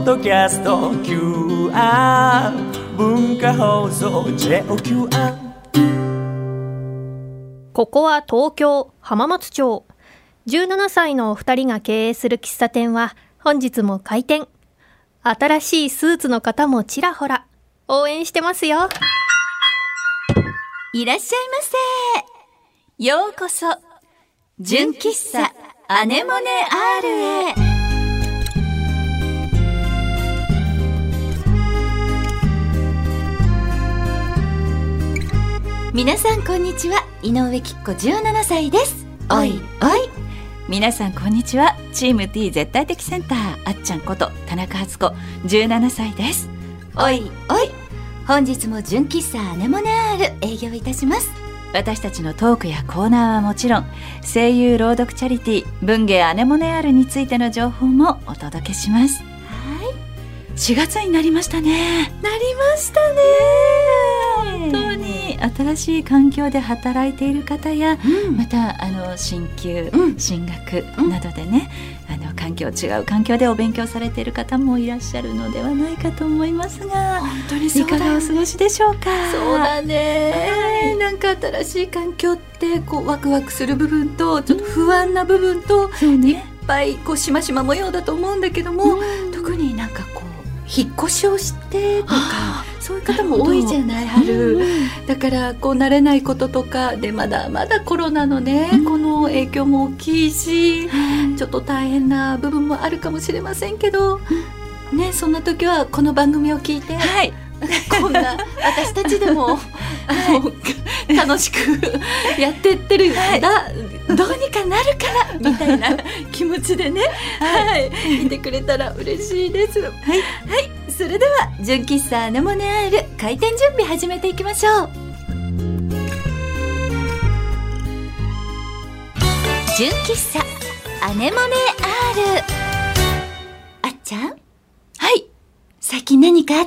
ドキャスト QR 文化放送 JOQR。 ここは東京浜松町。17歳のお二人が経営する喫茶店は本日も開店。新しいスーツの方もちらほら。応援してますよ。 いらっしゃいませ。ようこそ純喫茶アネモネ R へ。皆さんこんにちは、井上貴子17歳です。おいおい。皆さんこんにちは、チーム T 絶対的センターあっちゃんこと田中敦子17歳です。おいおい。本日も純喫茶アネモネ R 営業いたします。私たちのトークやコーナーはもちろん、声優朗読チャリティー文芸アネモネ R についての情報もお届けします。はい、4月になりましたね。なりましたね。本当に新しい環境で働いている方や、また進級、進学などでね、違う環境でお勉強されている方もいらっしゃるのではないかと思いますが、本当にそうだね。いかがお過ごしでしょうか。そうだね、なんか新しい環境ってこうワクワクする部分とちょっと不安な部分と、いっぱいこうしましま模様だと思うんだけども、特になんかこう引っ越しをしてとかそういう方も多いじゃない、春、だからこう慣れないこととかで、まだまだコロナのね、この影響も大きいし、ちょっと大変な部分もあるかもしれませんけど、ね、そんな時はこの番組を聞いて、こんな私たちでも、楽しくやってってるんだ、どうにかなるからみたいな気持ちでね、見てくれたら嬉しいです。それでは純喫茶アネモネ R 開店準備始めていきましょう。純喫茶アネモネ R。 あっちゃん、最近何かあった？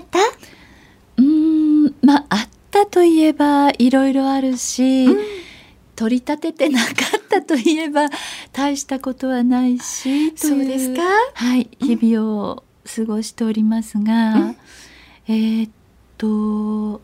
あったといえばいろいろあるし、取り立ててなかったといえば大したことはないし、そうですか。日々を過ごしておりますが、もう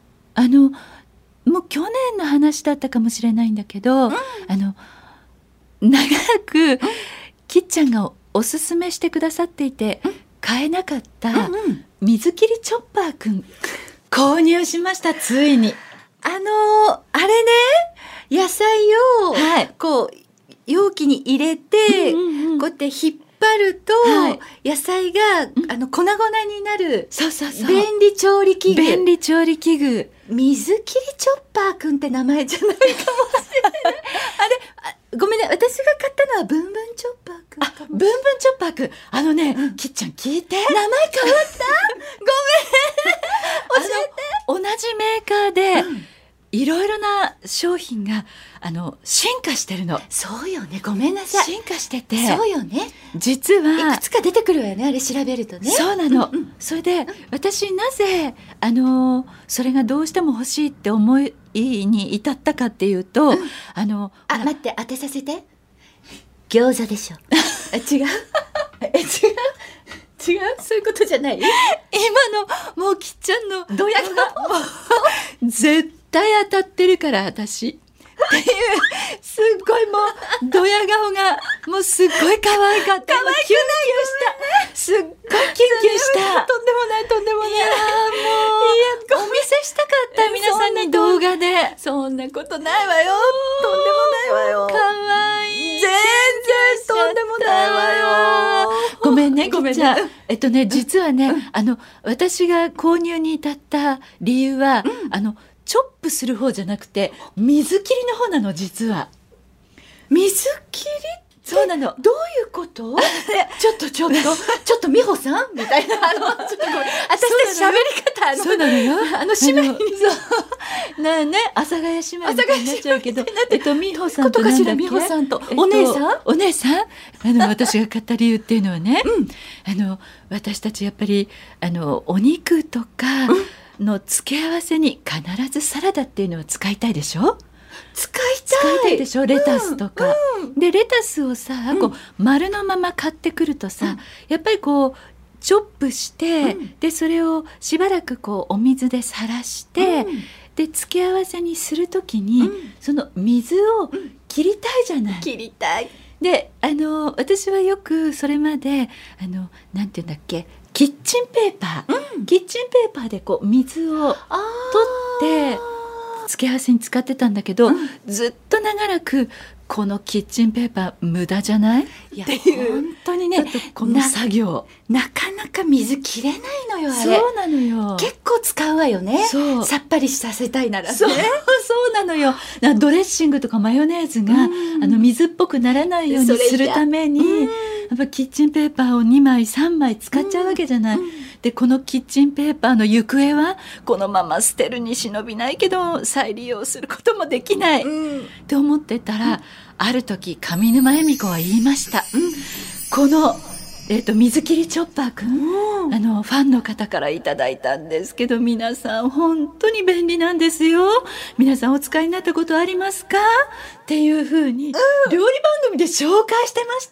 去年の話だったかもしれないんだけど、長くきっちゃんがおすすめしてくださっていて、買えなかった水切りチョッパーくん購入しました。ついにあれね、野菜をこう容器に入れて、こうやって引っ張ると、野菜が粉々になる、便利調理器具。水切りチョッパーくんって名前じゃないかもしれないごめんね、私が買ったのはブンブンチョッパーくんかも。ブンブンチョッパーくん、きっちゃん聞いて、名前変わったごめん教えて。同じメーカーで、いろいろな商品が進化してるの。そうよね、ごめんなさい。進化してて、そうよね、実はいくつか出てくるわよね、あれ調べるとね。そうなの、それで私なぜそれがどうしても欲しいって思いに至ったかっていうと、待って、当てさせて。餃子でしょ。違う違う、そういうことじゃない。今のもうきっちゃんのドヤが絶対当たってるから、私っていう、すっごいもうドヤ顔がもうすっごい可愛かった。可愛くないよね。すっごいキュンキュンした。とんでもない。いやもうお見せしたかった、皆さんに動画で。そんなことないわよ。とんでもないわよ。可愛い。全然とんでもないわよ。ごめんね、きっちゃん。実はね、私が購入に至った理由は、チョップする方じゃなくて水切りの方なの。実は水切り、そうなの。どういうこと？ちょっと美穂さんみたいな、ちょっとごめん、私たち喋り方そうなのよ。姉妹にそうなね、阿佐ヶ谷姉妹になっちゃうけど、美穂さんとなんだっけ？美穂さんとお姉さん私が買った理由っていうのはね、私たちやっぱりお肉とかの付け合わせに必ずサラダっていうのを使いたいでしょ。使いたいでしょ、レタスとか、でレタスをさ、こう丸のまま買ってくるとさ、やっぱりこうチョップして、でそれをしばらくこうお水でさらして、で付け合わせにするときに、その水を切りたいじゃない。 切りたい。 で私はよくそれまでなんていうんだっけ、キッチンペーパー、キッチンペーパーでこう水を取って付け合わせに使ってたんだけど、ずっと長らくこのキッチンペーパー無駄じゃない？ いやっていう本当にね、 この作業なかなか水切れないのよ、あれ。 そうなのよ。 結構使うわよね。 そうさっぱりさせたいならね。 そうなのよ。ドレッシングとかマヨネーズが、水っぽくならないようにするために、やっぱキッチンペーパーを2枚3枚使っちゃうわけじゃない。でこのキッチンペーパーの行方はこのまま捨てるに忍びないけど再利用することもできない、って思ってたら、ある時上沼恵美子は言いました。この水切りチョッパーくん、ファンの方からいただいたんですけど、皆さん本当に便利なんですよ。皆さんお使いになったことありますかっていうふうに、料理番組で紹介してました。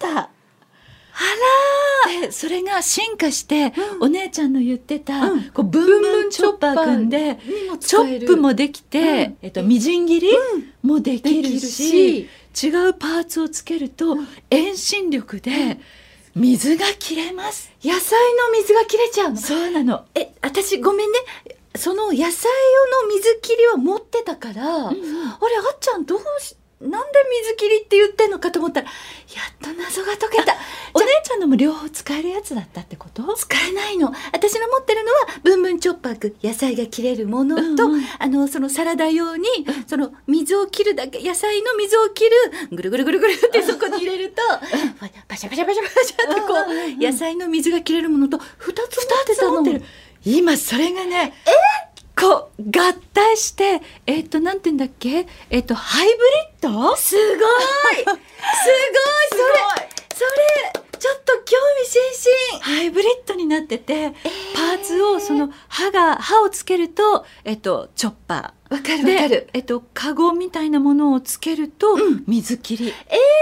でそれが進化して、お姉ちゃんの言ってた、こうブンブンチョッパーくんでチョップもできて、みじん切りもできるし、違うパーツをつけると遠心力で水が切れます。 野菜の水が切れちゃうの？ そうなの。 私ごめんね、その野菜用の水切りは持ってたから、あれあっちゃんなんで水切りって言ってんのかと思ったら、やっと謎が解けた。 お姉ちゃんのも両方使えるやつだったってこと？ 使えないの。私の持ってるのはブンブンチョッパーくん、野菜が切れるものと、そのサラダ用にその水を切るだけ、野菜の水を切るぐるぐるぐるぐるってそこに入れるとパシャパシャパシャパシャってこう、野菜の水が切れるものと2つ持ってる。 今それがね、こう合体してなんて言うんだっけ、ハイブリッド？ すごいそれちょっと興味津々。 ハイブリッドになってて、パーツをその刃をつけるとチョッパー、 わかるわかる。 カゴみたいなものをつけると水切り。 面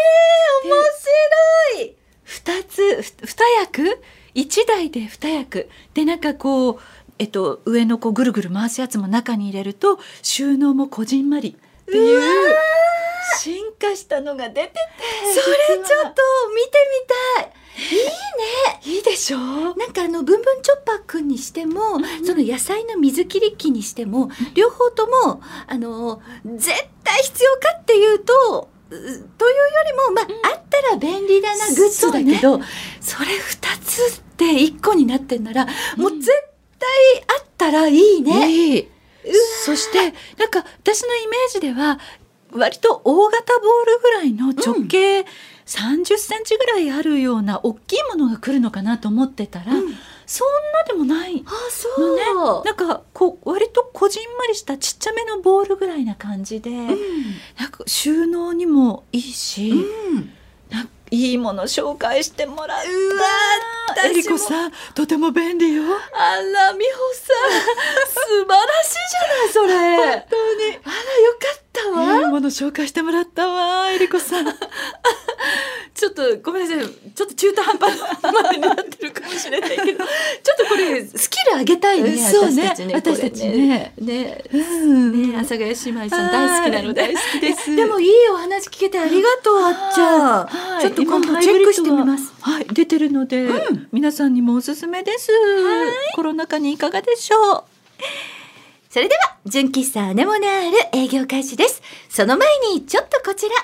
白い。 2役1台で2役で、なんかこう上のこうぐるぐる回すやつも中に入れると収納もこじんまりっていう進化したのが出てて、 それちょっと見てみたい。いいね。 いいでしょ。 なんかブンブンチョッパーくんにしても、その野菜の水切り機にしても、両方とも絶対必要かっていうとというよりも、あったら便利だなグッズだけど、それ2つで1個になってんなら、もう絶対あったらいいね。 いい。そしてなんか私のイメージでは割と大型ボールぐらいの直径30センチぐらいあるような大きいものが来るのかなと思ってたら、そんなでもないのね。なんかこう割とこじんまりしたちっちゃめのボールぐらいな感じで、なんか収納にもいいし、いいもの紹介してもらった。えりこさんとても便利よ。 あら美穂さん素晴らしいじゃないそれ。 本当に。 あらよかったわ。 いいもの紹介してもらったわ、えりこさん。 ちょっとごめんなさい、ちょっと中途半端までになってるかもしれないけど、ちょっとこれスキル上げたいね。 そうね、 私たちね。阿佐ヶ谷姉妹さん大好きなの大好きです。でもいいお話聞けてありがとう、あっちゃん。ちょっと今度チェックしてみます。 はい、出てるので、皆さんにもおすすめです。コロナ禍にいかがでしょう。 それでは純喫茶アネモネアール営業開始です。その前にちょっとこちら。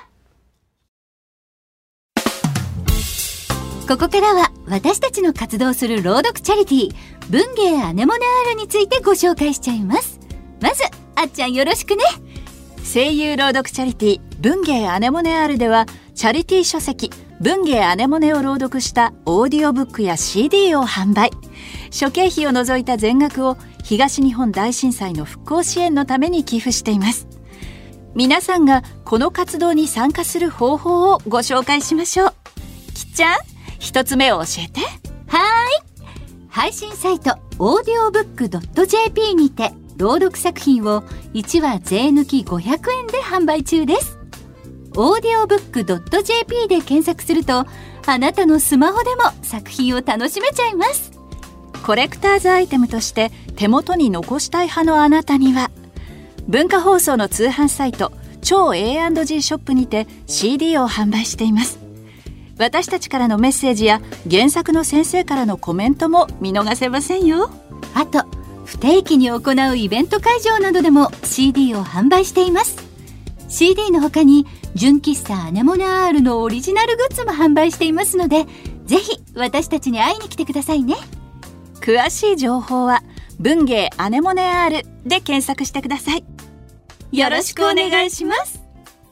ここからは私たちの活動する朗読チャリティー文芸アネモネアールについてご紹介しちゃいます。まずあっちゃんよろしくね。 声優朗読チャリティー文芸アネモネアールでは、チャリティー書籍文芸アネモネを朗読したオーディオブックや CD を販売。諸経費を除いた全額を東日本大震災の復興支援のために寄付しています。皆さんがこの活動に参加する方法をご紹介しましょう。きっちゃん、一つ目を教えて。 配信サイトオーディオブック .jp にて朗読作品を1話税抜き500円で販売中です。オーディオブック .jp で検索すると、あなたのスマホでも作品を楽しめちゃいます。 コレクターズアイテムとして手元に残したい派のあなたには、文化放送の通販サイト超 A&G ショップにて CD を販売しています。私たちからのメッセージや原作の先生からのコメントも見逃せませんよ。 あと不定期に行うイベント会場などでも CD を販売しています。 CD の他に純喫茶アネモネ R のオリジナルグッズも販売していますので、ぜひ私たちに会いに来てくださいね。 詳しい情報は文芸アネモネ R で検索してください。よろしくお願いします。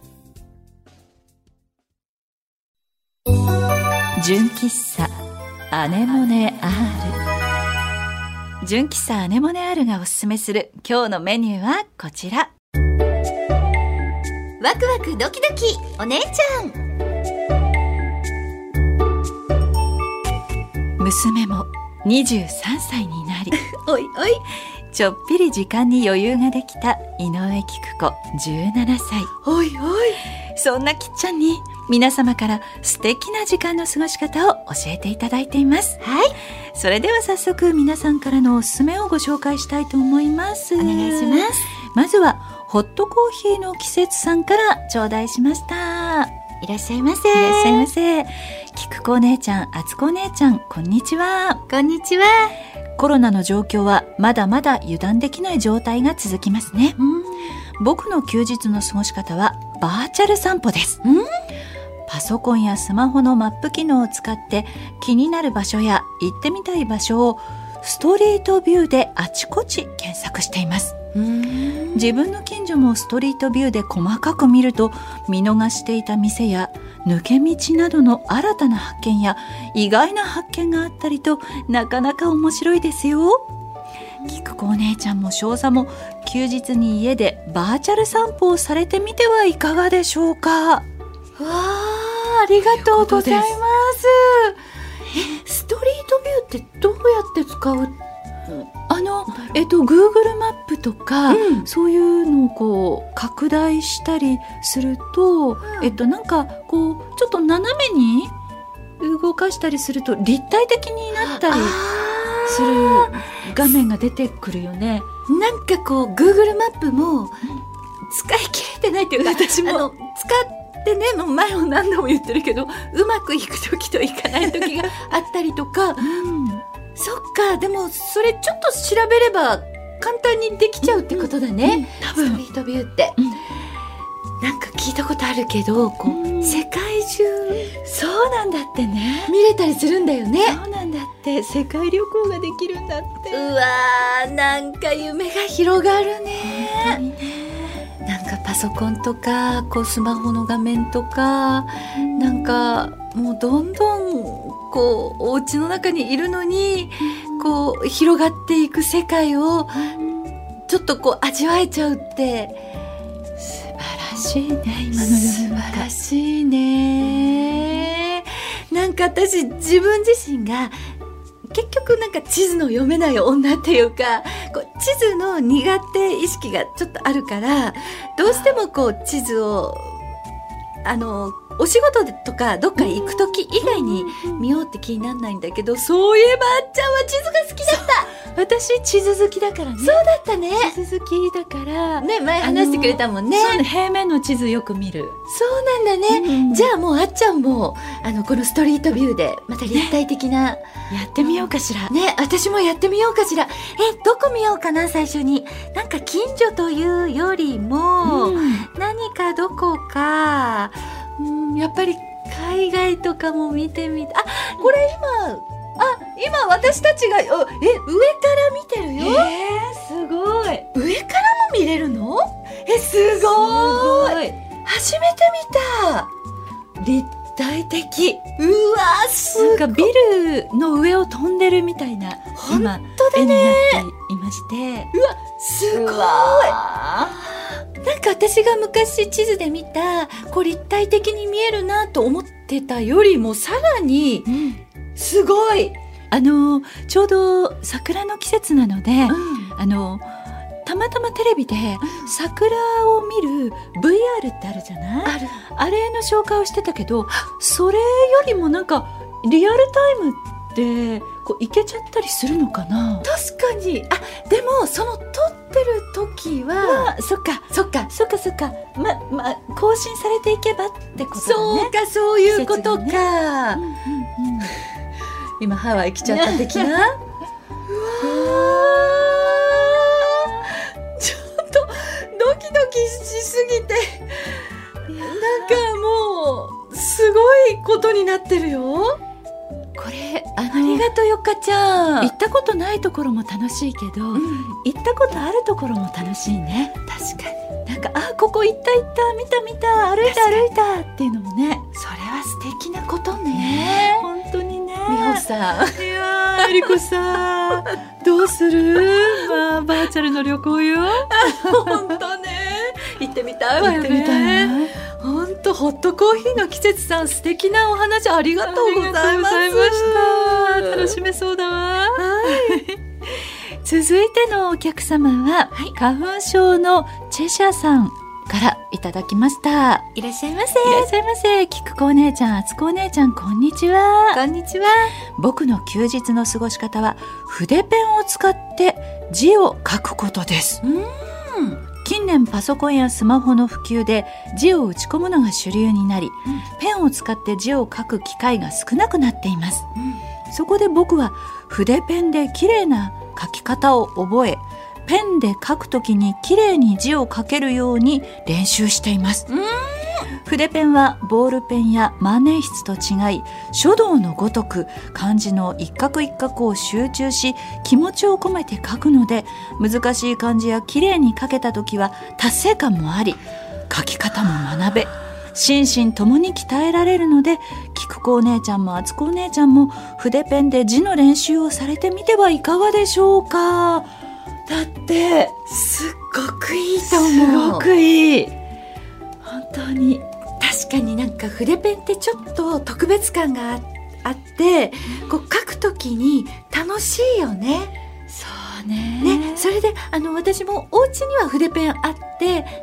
純喫茶アネモネ R。 純喫茶アネモネ R がおすすめする今日のメニューはこちら。 ワクワクドキドキお姉ちゃん。 娘も23歳になりおいおい、 ちょっぴり時間に余裕ができた井上菊子17歳。 おいおい、 そんなきっちゃんに皆様から素敵な時間の過ごし方を教えていただいています。 はい、 それでは早速皆さんからのおすすめをご紹介したいと思います。 お願いします。 まずはホットコーヒーの季節さんから頂戴しました。 いらっしゃいませ。 いらっしゃいませ。菊子お姉ちゃん、あつこお姉ちゃん、こんにちは。 こんにちは。 コロナの状況はまだまだ油断できない状態が続きますね。僕の休日の過ごし方はバーチャル散歩です。パソコンやスマホのマップ機能を使って気になる場所や行ってみたい場所をストリートビューであちこち検索しています。自分の近所もストリートビューで細かく見ると、見逃していた店や抜け道などの新たな発見や意外な発見があったりと、なかなか面白いですよ。菊子お姉ちゃんも少佐も休日に家でバーチャル散歩をされてみてはいかがでしょうか。 わあ、ありがとうございます。ストリートビューってどうやって使う？ Google マップとか、そういうのをこう拡大したりすると、なんかこうちょっと斜めに動かしたりすると立体的になったりする画面が出てくるよね。 なんかこう Google マップも使い切れてないというか、 私も使ってね、もう前も何度も言ってるけど、うまくいく時といかない時があったりとか、そっか、でもそれちょっと調べれば簡単にできちゃうってことだね、 多分ストリートビューって、なんか聞いたことあるけど、こう、世界中そうなんだってね。 見れたりするんだよね。 そうなんだって、世界旅行ができるんだって。 うわー、なんか夢が広がるね。 本当にね。 なんかパソコンとかこうスマホの画面とか、なんかもうどんどんこうお家の中にいるのにこう広がっていく世界をちょっとこう味わえちゃうって素晴らしいね、今の素晴らしいね。なんか私自分自身が結局なんか地図の読めない女っていうか、こう地図の苦手意識がちょっとあるから、どうしてもこう地図をお仕事でとかどっか行く時以外に見ようって気にならないんだけど、そういえばあっちゃんは地図が好きだった。 私地図好きだからね。 そうだったね。 地図好きだからね、前話してくれたもんね。 そうね、平面の地図よく見る。 そうなんだね、じゃあもうあっちゃんもこのストリートビューでまた立体的な、 やってみようかしらね。私もやってみようかしら。どこ見ようかな。最初になんか近所というよりも、何かどこか、やっぱり海外とかも見てみた。これ今私たちが上から見てるよ。 すごい。 上からも見れるの？すごい。初めて見た。立体的。うわ、 なんかビルの上を飛んでるみたいな、 本当だね。 絵になっていまして、 うわ、すごい。なんか私が昔地図で見たこう立体的に見えるなと思ってたよりもさらにすごい。 ちょうど桜の季節なので、たまたまテレビで桜を見る VR ってあるじゃない？ ある。 あれの紹介をしてたけど、それよりもなんかリアルタイムってこういけちゃったりするのかな。 確かに。でもその撮ってる時は、 そっか更新されていけばってことだね。 そうか、そういうことか、今ハワイ来ちゃった的なうわちょっとドキドキしすぎてなんかもうすごいことになってるよ。 これありがとうよかちゃん。 行ったことないところも楽しいけど、行ったことあるところも楽しいね。 確かに。 なんかここ行った見た歩いたっていうのもね、 それは素敵なことね。 本当にね。 美穂さん、 いやー、えりこさんどうする？バーチャルの旅行よ。 本当ね、行ってみたいわよね。本当ホットコーヒーの季節さん、素敵なお話ありがとうございました。 楽しめそうだわ。続いてのお客様は、花粉症のチェシャさんからいただきました。 いらっしゃいませ。 いらっしゃいませ。きくこお姉ちゃん、あつこお姉ちゃん、こんにちは。 こんにちは。 僕の休日の過ごし方は筆ペンを使って字を書くことです。近年パソコンやスマホの普及で字を打ち込むのが主流になり、ペンを使って字を書く機会が少なくなっています。そこで僕は筆ペンで綺麗な書き方を覚え、ペンで書くときに綺麗に字を書けるように練習しています。筆ペンはボールペンや万年筆と違い、書道のごとく漢字の一画一画を集中し気持ちを込めて書くので、難しい漢字や綺麗に書けたときは達成感もあり、書き方も学べ、心身ともに鍛えられるので、きくこお姉ちゃんもあつこお姉ちゃんも筆ペンで字の練習をされてみてはいかがでしょうか。だってすっごくいいと思う。 すごくいい。本当に。 確かになんか筆ペンってちょっと特別感があって、こう書くときに楽しいよね。 そうね。 ね、それで私もお家には筆ペンあって、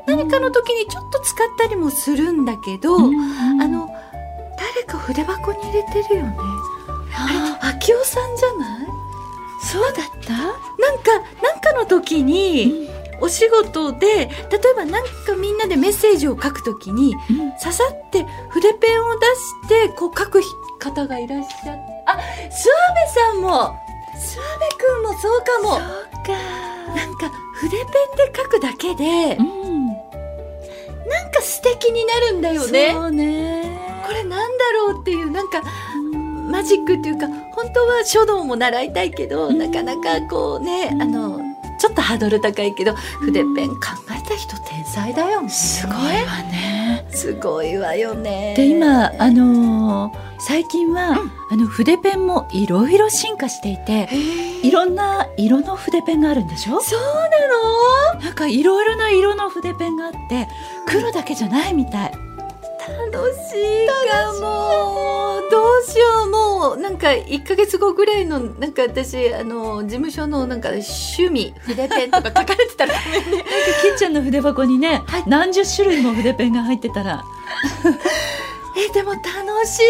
何かの時にちょっと使ったりもするんだけど、誰か筆箱に入れてるよね。あれ、秋代さんじゃない？ そうだった？ なんかの時に、お仕事で例えばなんかみんなでメッセージを書くときに、ささって筆ペンを出してこう書く方がいらっしゃって、諏訪部さんも、諏訪部くんもそうかも。 そうか。 なんか筆ペンで書くだけで、なんか素敵になるんだよね。 そうね。 これなんだろうっていう、なんかマジックっていうか、本当は書道も習いたいけど、なかなかこうね、ちょっとハードル高いけど、筆ペン考えた人天才だよね。 すごいわね。 すごいわよね。 で今最近は、筆ペンもいろいろ進化していて、いろんな色の筆ペンがあるんでしょ。 そうなの？ なんかいろいろな色の筆ペンがあって、黒だけじゃないみたい。 楽しいかも。どうしよう。もうなんか1ヶ月後ぐらいの、なんか私事務所のなんか趣味筆ペンとか書かれてたらなんかきっちゃんの筆箱にね、何十種類も筆ペンが入ってたらでも楽し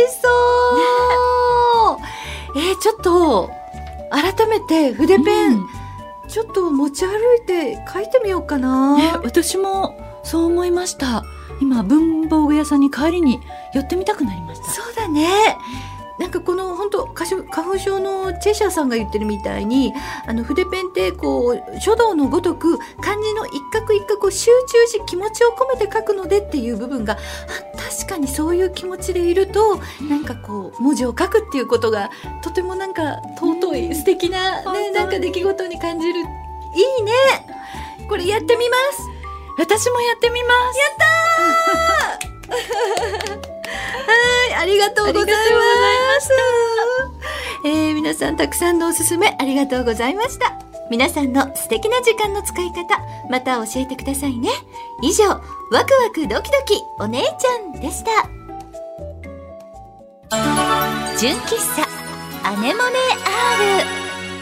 そう、ちょっと改めて筆ペン、ちょっと持ち歩いて書いてみようかな。 私もそう思いました。今文房具屋さんに帰りに寄ってみたくなりました。 そうだね。なんかこの本当花粉症のチェシャさんが言ってるみたいに、筆ペンってこう書道のごとく漢字の一画一画を集中し気持ちを込めて書くのでっていう部分が、確かにそういう気持ちでいると、なんかこう文字を書くっていうことがとてもなんか尊い素敵な、ね、なんか出来事に感じる。いいね。これやってみます。 私もやってみます。 やったーはい、ありがとうございました。皆さんたくさんのおすすめありがとうございました。皆さんの素敵な時間の使い方、また教えてくださいね。以上、ワクワクドキドキお姉ちゃんでした。純喫茶アネモネ R。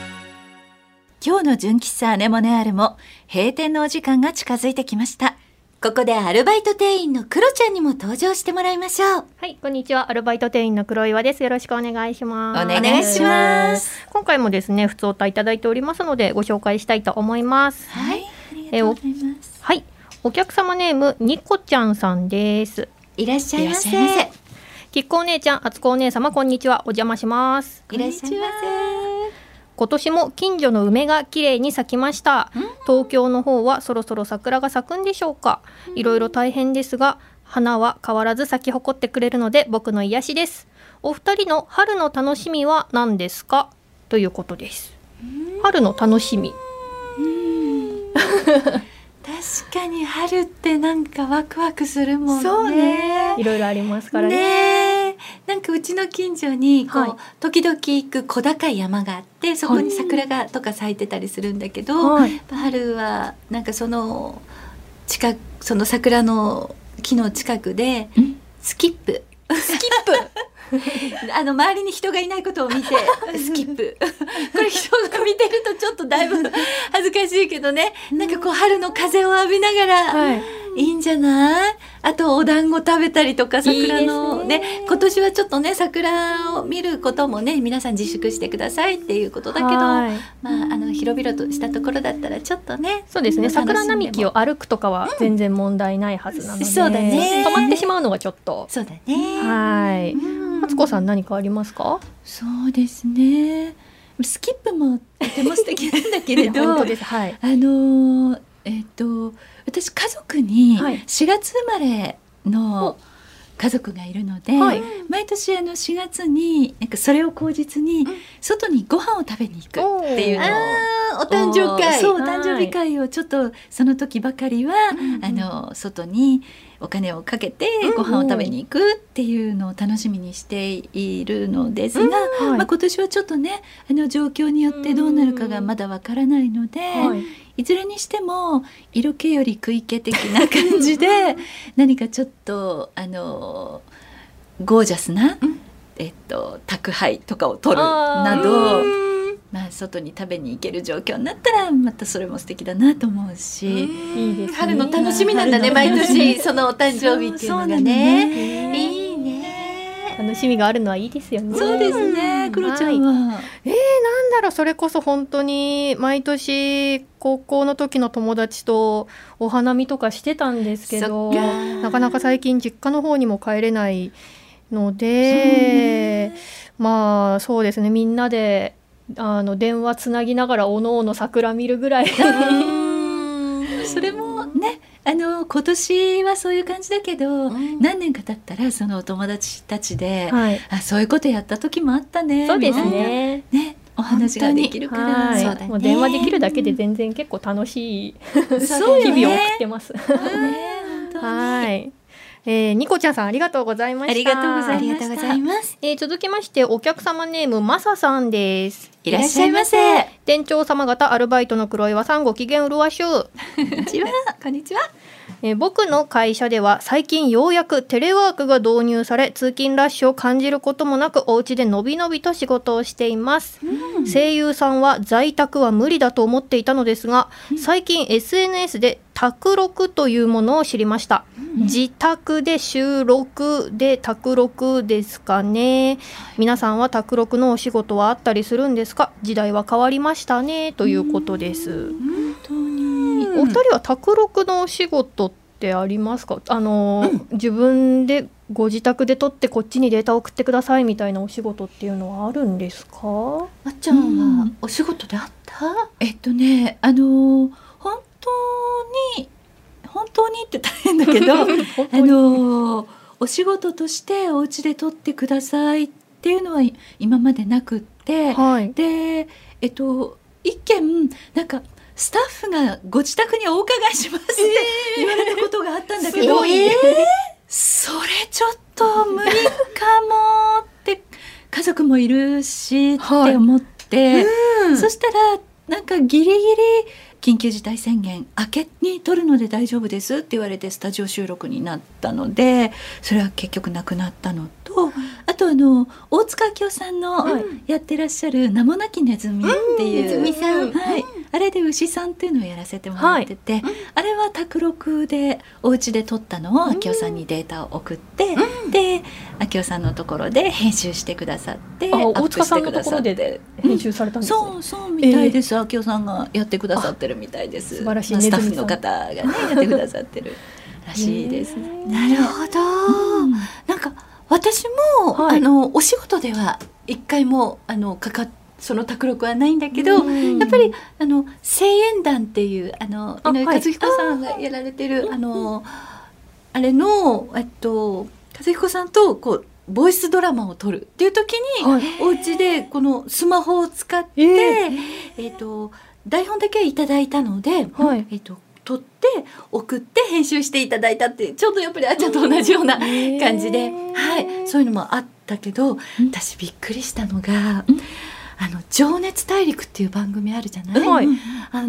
今日の純喫茶アネモネ R も閉店のお時間が近づいてきました。 ここでアルバイト店員のクロちゃんにも登場してもらいましょう。 はい、こんにちは。アルバイト店員の黒岩です。よろしくお願いします。 お願いします。 今回もですね、ふつおたいただいておりますので、ご紹介したいと思います。 はい、ありがとうございます。 はい、お客様ネームニコちゃんさんです。 いらっしゃいませ。 きっこお姉ちゃん、あつこお姉様、こんにちは。お邪魔します。 いらっしゃいま今年も近所の梅が綺麗に咲きました。東京の方はそろそろ桜が咲くんでしょうか。いろいろ大変ですが、花は変わらず咲き誇ってくれるので僕の癒しです。お二人の春の楽しみは何ですか、ということです。春の楽しみ。 確かに春ってなんかワクワクするもんね。 そうね。 いろいろありますからね。 なんかうちの近所にこう、 はい時々行く小高い山があって、そこに桜がとか咲いてたりするんだけど、 はいやっぱ春はなんかその桜の木の近くでスキップ周りに人がいないことを見てスキップこれ人が見てるとちょっとだいぶ恥ずかしいけどね、なんかこう春の風を浴びながら、 はいいいんじゃない？あとお団子食べたりとか、桜のいいですね、今年はちょっとね桜を見ることもね皆さん自粛してくださいっていうことだけど、 はい広々としたところだったらちょっとね、 そうですね。 楽しんでも桜並木を歩くとかは全然問題ないはずなので、 そうだね止まってしまうのがちょっと。 そうだね。 はい。 うんマツコさん何かありますか？ そうですね。スキップもとても素敵なんだけれど、 本当です。はい。 私家族にはい 4月生まれの家族がいるので、 はい毎年4月になんかそれを口実に外にご飯を食べに行くっていうのを、 お誕生会。 そう、おはい誕生日会をちょっとその時ばかりは、外にお金をかけてご飯を食べに行くっていうのを楽しみにしているのですが、 はい今年はちょっとね状況によってどうなるかがまだわからないので、 はいいずれにしても色気より食い気的な感じで何かちょっとゴージャスな、宅配とかを取るなど、外に食べに行ける状況になったらまたそれも素敵だなと思うし、 いいですね。 春の楽しみなんだね、毎年そのお誕生日っていうのがそうなのね。 ねいいね。 楽しみがあるのはいいですよね。 そうですね。クロちゃんは、 なんだろう、それこそ本当に毎年高校の時の友達とお花見とかしてたんですけど、 そっかなかなか最近実家の方にも帰れないので、まあそうですね、みんなで電話つなぎながらおのおの桜見るぐらいそれもね、今年はそういう感じだけど、何年か経ったらそのお友達たちで、 はい、 そういうことやった時もあったね、 そうですみたいなね。 ね、お話ができるから、 はい、 そうだねもう電話できるだけで全然結構楽しいそうよね日々を送ってます。 ね、本当にはい。ニコちゃんさんありがとうございました。 ありがとうございありがとうございます。 続きましてお客様ネームマサさんです。 いらっしゃいませ。 店長様方アルバイトの黒岩さん、ご機嫌うるわしゅう。 こんにちは。こんにちは。 僕の会社では最近ようやくテレワークが導入され、通勤ラッシュを感じることもなくお家でのびのびと仕事をしています。声優さんは在宅は無理だと思っていたのですが、最近 SNS で宅録というものを知りました。自宅で収録で宅録ですかね。皆さんは宅録のお仕事はあったりするんですか？時代は変わりましたね、ということです。 本当に。 お二人は宅録のお仕事ってありますか？自分でご自宅で撮ってこっちにデータを送ってくださいみたいなお仕事っていうのはあるんですか？ あっちゃんはお仕事であった？ 本当にって大変だけどお仕事としてお家で撮ってくださいっていうのは今までなくって、 はい、 で一件なんかスタッフがご自宅にお伺いしますって言われたことがあったんだけど、それちょっと無理かもって家族もいるしって思って、そしたらなんかギリギリ緊急事態宣言明けに撮るので大丈夫ですって言われてスタジオ収録になったので、それは結局なくなったのと、あと大塚明夫さんのやってらっしゃる名もなきネズミっていう、 ネズミさん、 あれで牛さんっていうのをやらせてもらってて、あれは宅録でお家で撮ったのを明夫さんにデータを送って、で明夫さんのところで編集してくださって、アップしてくださって、 大塚さんのところで編集されたんですね。 そうみたいです。明夫さんがやってくださってるみたいです。 素晴らしい。 スタッフの方がねやってくださってるらしいですね。 なるほど、なんか私も、お仕事では一回もその宅録はないんだけど、やっぱり声援団っていう井上和彦さんがやられてるあれの和彦さんとこうボイスドラマを撮るっていう時に、お家でこのスマホを使って、台本だけはいただいたので、撮って送って編集していただいたって、ちょうどやっぱりあっちゃんと同じような感じで、そういうのもあったけど、私びっくりしたのが、情熱大陸っていう番組あるじゃない、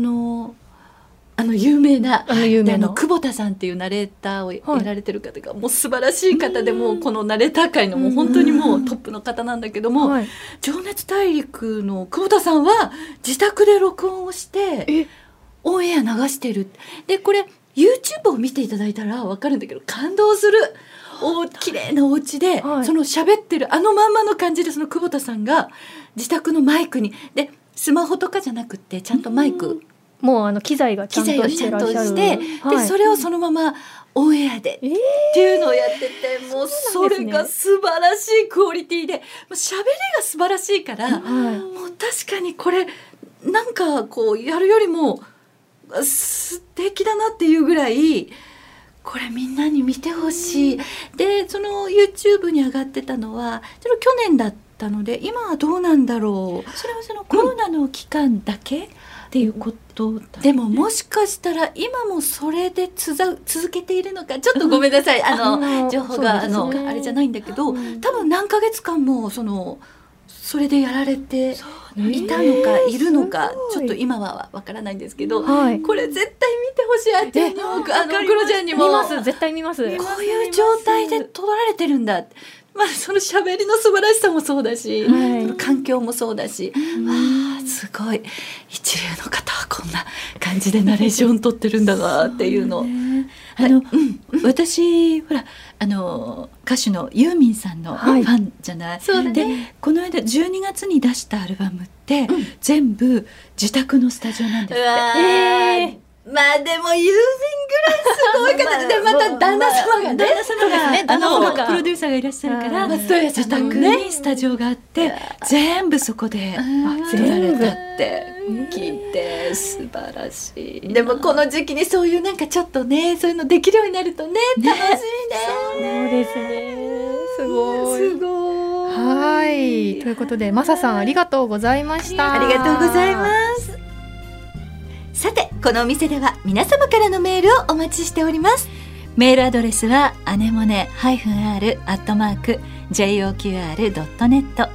有名な久保田さんっていうナレーターをやられてる方がもう素晴らしい方で、もうこのナレーター界のもう本当にもうトップの方なんだけども、情熱大陸の久保田さんは自宅で録音をしてオンエア流してる。でこれ YouTube を見ていただいたら分かるんだけど、感動する綺麗なお家で、その喋ってるまんまの感じで、その久保田さんが自宅のマイクにでスマホとかじゃなくってちゃんとマイク、 もう機材がちゃんとしてらっしゃる、 でそれをそのままオンエアでっていうのをやってて、もうそれが素晴らしいクオリティで、喋りが素晴らしいから、もう確かにこれなんかこうやるよりも素敵だなっていうぐらい、これみんなに見てほしい。でその YouTube に上がってたのはちょっと去年だったので、今はどうなんだろう。 それはそのコロナの期間だけっていうことだ、ね、 でももしかしたら今もそれで続けているのか、ちょっとごめんなさい、情報があれじゃないんだけど、多分何ヶ月間もそれでやられていたのかいるのか、ちょっと今はわからないんですけど、これ絶対見てほしい。あっちゃんにもクロちゃんにも見ます、絶対見ます。 こういう状態で撮られてるんだ、その喋りの素晴らしさもそうだし、その環境もそうだし、すごい一流の方はこんな感じでナレーション撮ってるんだなっていうの。 私ほら歌手のユーミンさんのファンじゃない、でこの間12月に出したアルバムって、全部自宅のスタジオなんですって。 でもユーミンぐらいすごい方で、また旦那様がプロデューサーがいらっしゃるから、自宅にスタジオがあって、全部そこで撮られたって聞いて、素晴らしい。 でもこの時期にそういうなんかちょっとね、そういうのできるようになるとね、楽しいね。 そうですね、すごい。はい、ということでマサさんありがとうございました。 ありがとうございます。さてこのお店では皆様からのメールをお待ちしております。 メールアドレスはアネモネ-r@joqr.net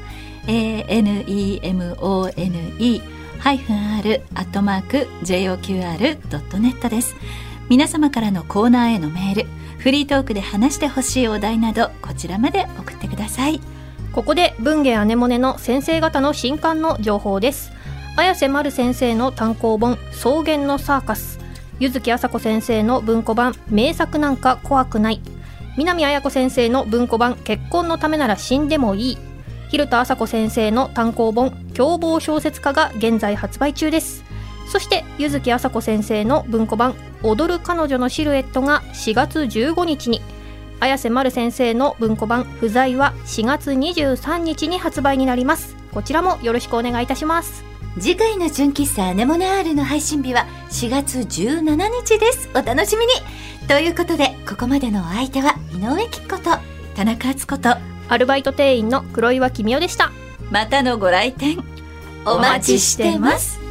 anemone-r@joqr.net です。皆様からのコーナーへのメール、フリートークで話してほしいお題など、こちらまで送ってください。 ここで文芸アネモネの先生方の新刊の情報です。綾瀬丸先生の単行本草原のサーカス、柚木麻子先生の文庫版名作なんか怖くない、南綾子先生の文庫版結婚のためなら死んでもいい、蛭田麻子先生の単行本凶暴小説家が現在発売中です。そして柚木麻子先生の文庫版踊る彼女のシルエットが4月15日に、綾瀬丸先生の文庫版不在は4月23日に発売になります。こちらもよろしくお願いいたします。 次回の純喫茶アネモネ R の配信日は4月17日です。お楽しみに。ということで、ここまでのお相手は井上貴子と田中敦子とアルバイト店員の黒岩君代でした。 またのご来店お待ちしてます。